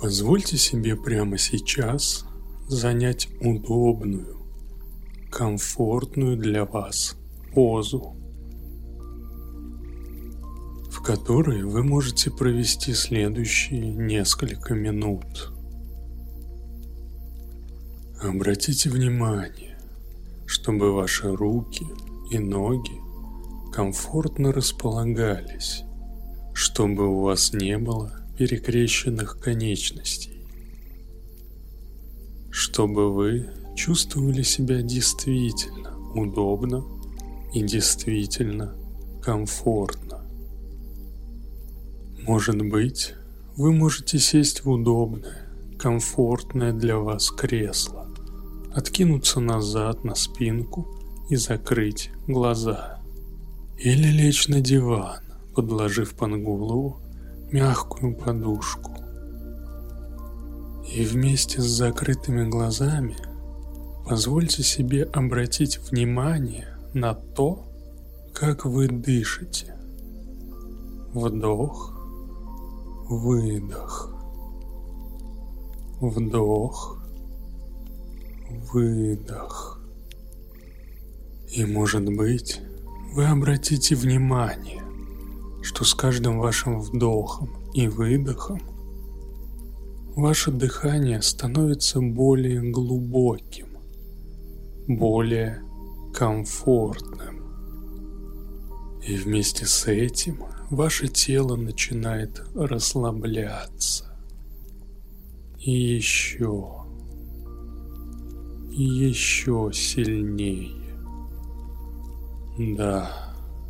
Позвольте себе прямо сейчас занять удобную, комфортную для вас позу, в которой вы можете провести следующие несколько минут. Обратите внимание, чтобы ваши руки и ноги комфортно располагались, чтобы у вас не было перекрещенных конечностей, чтобы вы чувствовали себя действительно удобно и действительно комфортно. Может быть, вы можете сесть в удобное, комфортное для вас кресло, откинуться назад на спинку и закрыть глаза. Или лечь на диван, подложив под голову мягкую подушку. И вместе с закрытыми глазами позвольте себе обратить внимание на то, как вы дышите. Вдох, выдох. Вдох, выдох. И, может быть, вы обратите внимание, что с каждым вашим вдохом и выдохом ваше дыхание становится более глубоким, более комфортным. И вместе с этим ваше тело начинает расслабляться. И еще сильнее. Да.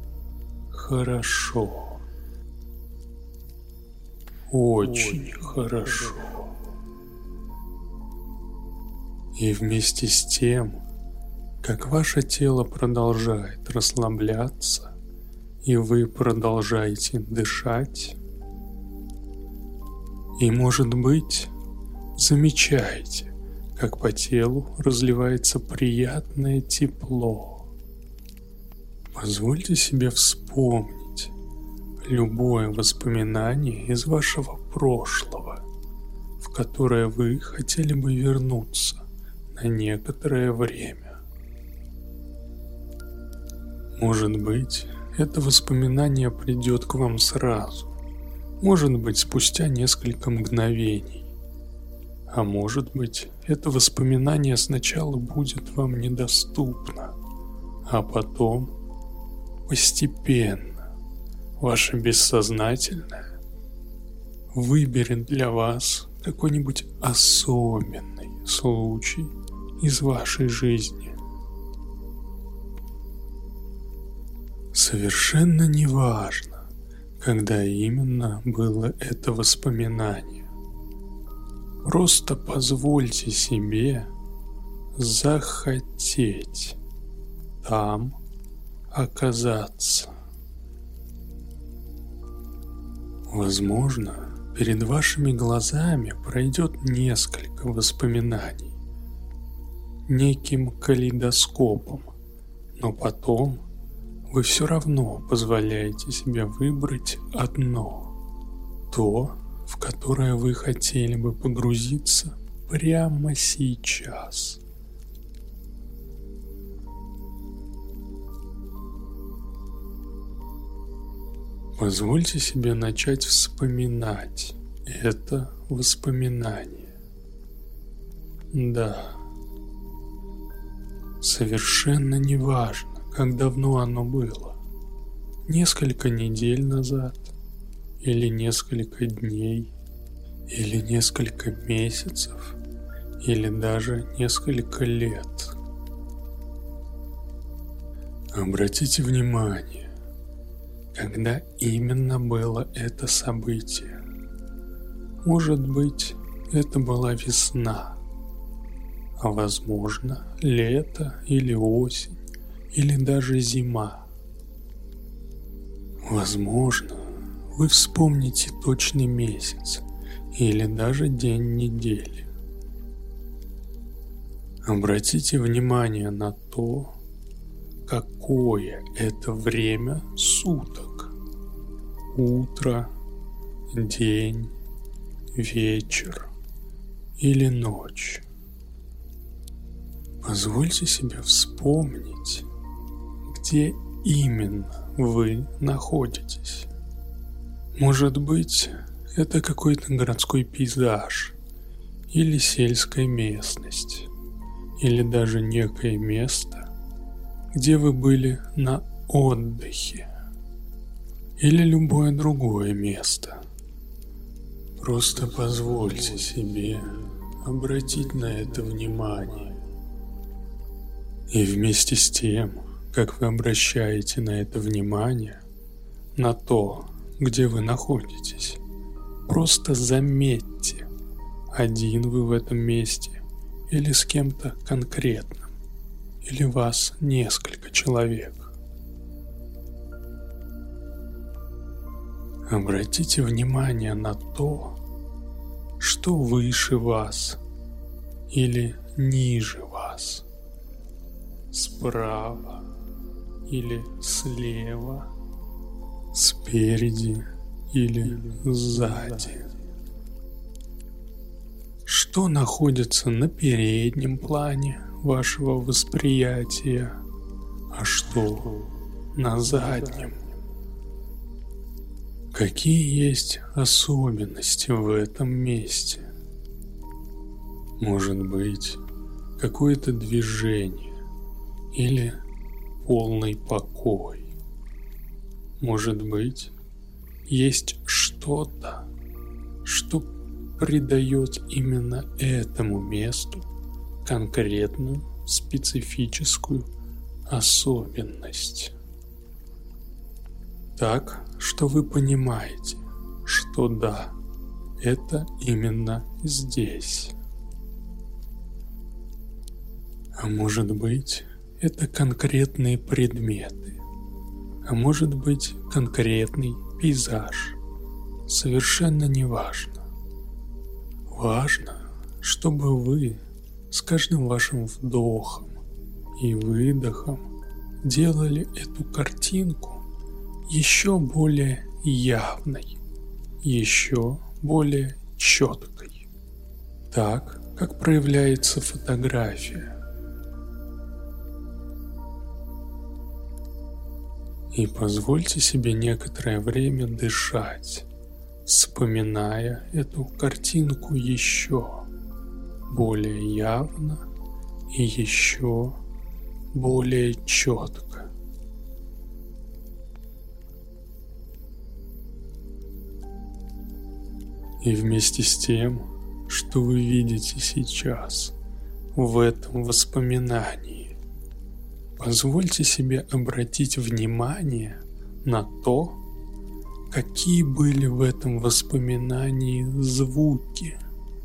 Хорошо. Очень хорошо. И вместе с тем, как ваше тело продолжает расслабляться, и вы продолжаете дышать, и, может быть, замечаете, как по телу разливается приятное тепло. Позвольте себе вспомнить любое воспоминание из вашего прошлого, в которое вы хотели бы вернуться на некоторое время. Может быть, это воспоминание придет к вам сразу, может быть, спустя несколько мгновений, а может быть, это воспоминание сначала будет вам недоступно, а потом постепенно ваше бессознательное выберет для вас какой-нибудь особенный случай из вашей жизни. Совершенно неважно, когда именно было это воспоминание. Просто позвольте себе захотеть там оказаться. Возможно, перед вашими глазами пройдет несколько воспоминаний, неким калейдоскопом, но потом вы все равно позволяете себе выбрать одно, то, в которое вы хотели бы погрузиться прямо сейчас. Позвольте себе начать вспоминать это воспоминание. Да, совершенно неважно, как давно оно было. Несколько недель назад, или несколько дней, или несколько месяцев, или даже несколько лет. Обратите внимание, когда именно было это событие. Может быть, это была весна, а возможно, лето или осень, или даже зима. Возможно, вы вспомните точный месяц или даже день недели. Обратите внимание на то, какое это время суток. Утро, день вечер или ночь. Позвольте себе вспомнить, где именно вы находитесь. Может быть, это какой-то городской пейзаж, или сельская местность, или даже некое место, где вы были на отдыхе, или любое другое место. Просто позвольте себе обратить на это внимание. И вместе с тем, как вы обращаете на это внимание, на то, где вы находитесь, просто заметьте, один вы в этом месте или с кем-то конкретным, или вас несколько человек. Обратите внимание на то, что выше вас или ниже вас, справа или слева, спереди или сзади. Что находится на переднем плане вашего восприятия, а что на заднем? Какие есть особенности в этом месте? Может быть, какое-то движение или полный покой. Может быть, есть что-то, что придает именно этому месту конкретную специфическую особенность. Так, что вы понимаете, что да, это именно здесь. А может быть, это конкретные предметы, а может быть, конкретный пейзаж. Совершенно не важно. Важно, чтобы вы с каждым вашим вдохом и выдохом делали эту картинку еще более явной, еще более четкой, так, как проявляется фотография. И позвольте себе некоторое время дышать, вспоминая эту картинку еще более явно и еще более четко. И вместе с тем, что вы видите сейчас в этом воспоминании, позвольте себе обратить внимание на то, какие были в этом воспоминании звуки.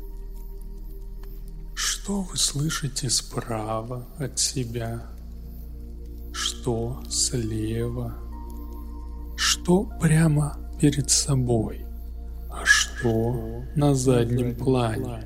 Что вы слышите справа от себя? Что слева? Что прямо перед собой? А что на заднем плане?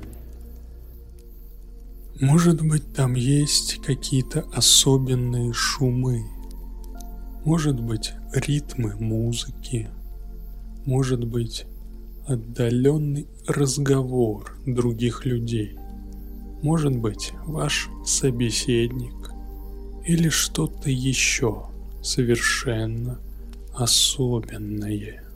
Может быть, там есть какие-то особенные шумы, может быть, ритмы музыки, может быть, отдаленный разговор других людей, может быть, ваш собеседник или что-то еще совершенно особенное.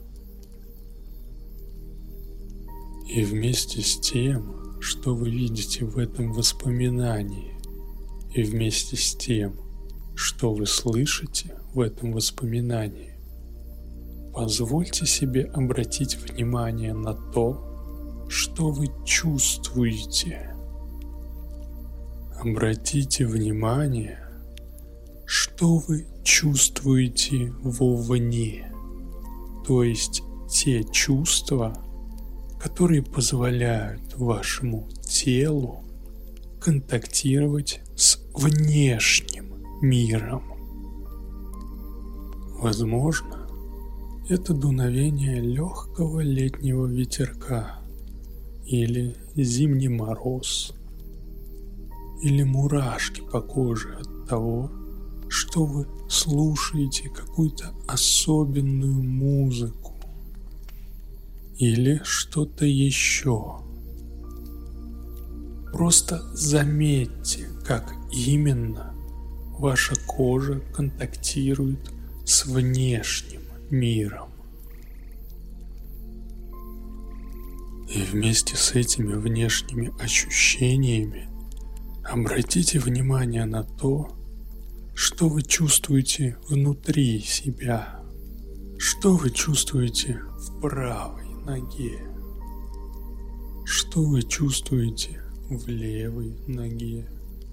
И вместе с тем, что вы видите в этом воспоминании, и вместе с тем, что вы слышите в этом воспоминании, позвольте себе обратить внимание на то, что вы чувствуете. Обратите внимание, что вы чувствуете вовне, то есть те чувства, которые позволяют вашему телу контактировать с внешним миром. Возможно, это дуновение легкого летнего ветерка, или зимний мороз, или мурашки по коже от того, что вы слушаете какую-то особенную музыку, или что-то еще. Просто заметьте, как именно ваша кожа контактирует с внешним миром. И вместе с этими внешними ощущениями обратите внимание на то, что вы чувствуете внутри себя, что вы чувствуете в правой ноге, что вы чувствуете в левой ноге,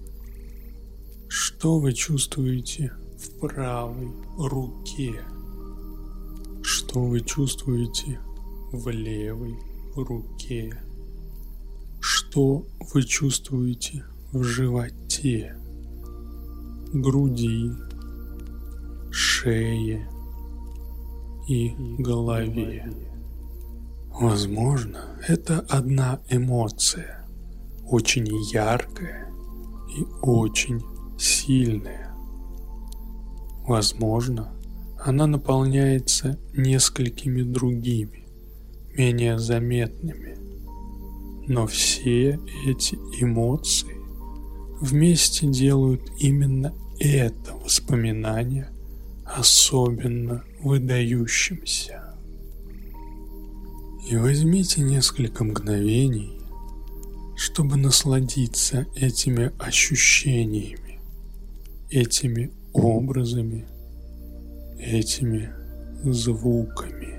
что вы чувствуете в правой руке, что вы чувствуете в левой руке, что вы чувствуете в животе, груди, шее и голове. Возможно, это одна эмоция, очень яркая и очень сильная. Возможно, она наполняется несколькими другими, менее заметными. Но все эти эмоции вместе делают именно это воспоминание особенно выдающимся. И возьмите несколько мгновений, чтобы насладиться этими ощущениями, этими образами, этими звуками.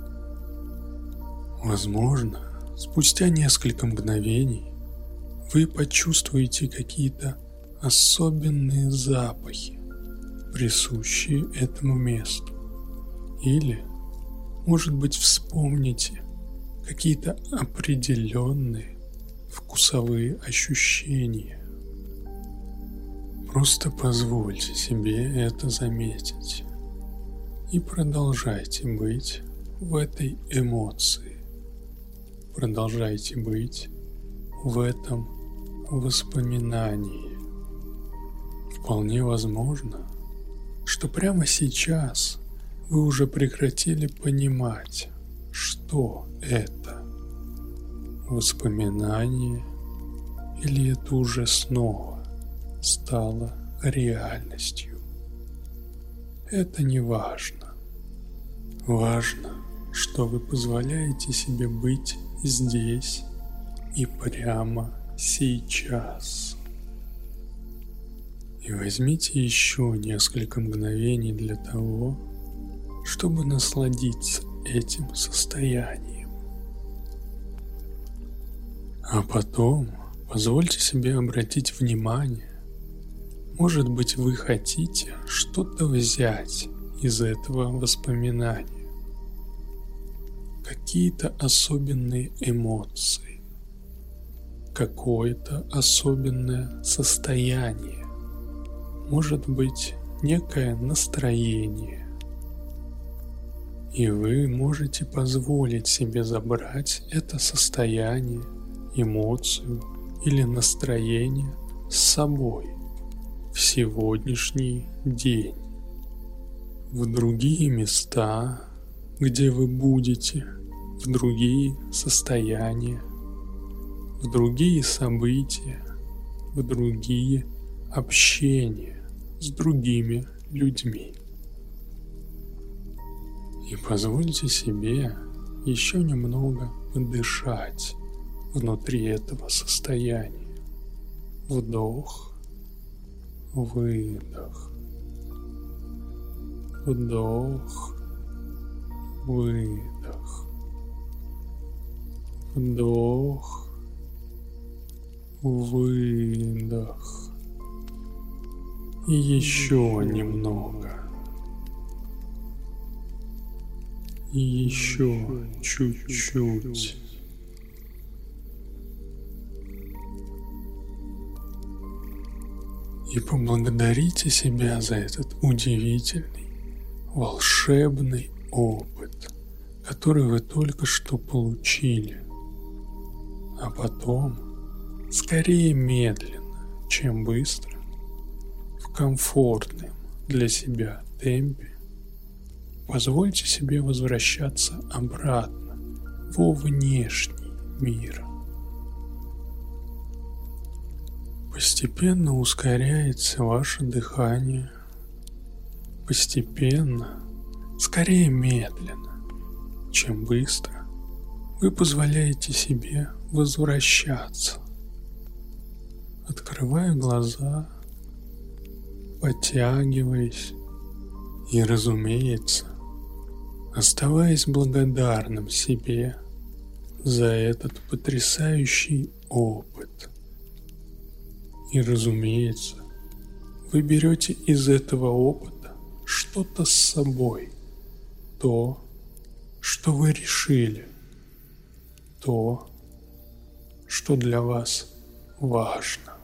Возможно, спустя несколько мгновений вы почувствуете какие-то особенные запахи, присущие этому месту. Или, может быть, вспомните какие-то определенные вкусовые ощущения. Просто позвольте себе это заметить и продолжайте быть в этой эмоции. Продолжайте быть в этом воспоминании. Вполне возможно, что прямо сейчас вы уже прекратили понимать, что это воспоминание или это уже снова стало реальностью. Это не важно. Важно, что вы позволяете себе быть здесь и прямо сейчас. И возьмите еще несколько мгновений для того, чтобы насладиться этим состоянием. А потом позвольте себе обратить внимание. Может быть, вы хотите что-то взять из этого воспоминания. Какие-то особенные эмоции, какое-то особенное состояние, может быть, некое настроение. И вы можете позволить себе забрать это состояние, эмоцию или настроение с собой в сегодняшний день, в другие места, где вы будете, в другие состояния, в другие события, в другие общения с другими людьми. И позвольте себе еще немного подышать внутри этого состояния. Вдох, выдох, вдох, выдох, вдох, выдох. И еще немного. И еще чуть-чуть. И поблагодарите себя за этот удивительный, волшебный опыт, который вы только что получили. А потом, скорее медленно, чем быстро, в комфортном для себя темпе, позвольте себе возвращаться обратно во внешний мир. Постепенно ускоряется ваше дыхание. Постепенно, скорее медленно, чем быстро, вы позволяете себе возвращаться. Открывая глаза, подтягиваясь и, разумеется, оставаясь благодарным себе за этот потрясающий опыт. И, разумеется, вы берете из этого опыта что-то с собой, то, что вы решили, то, что для вас важно.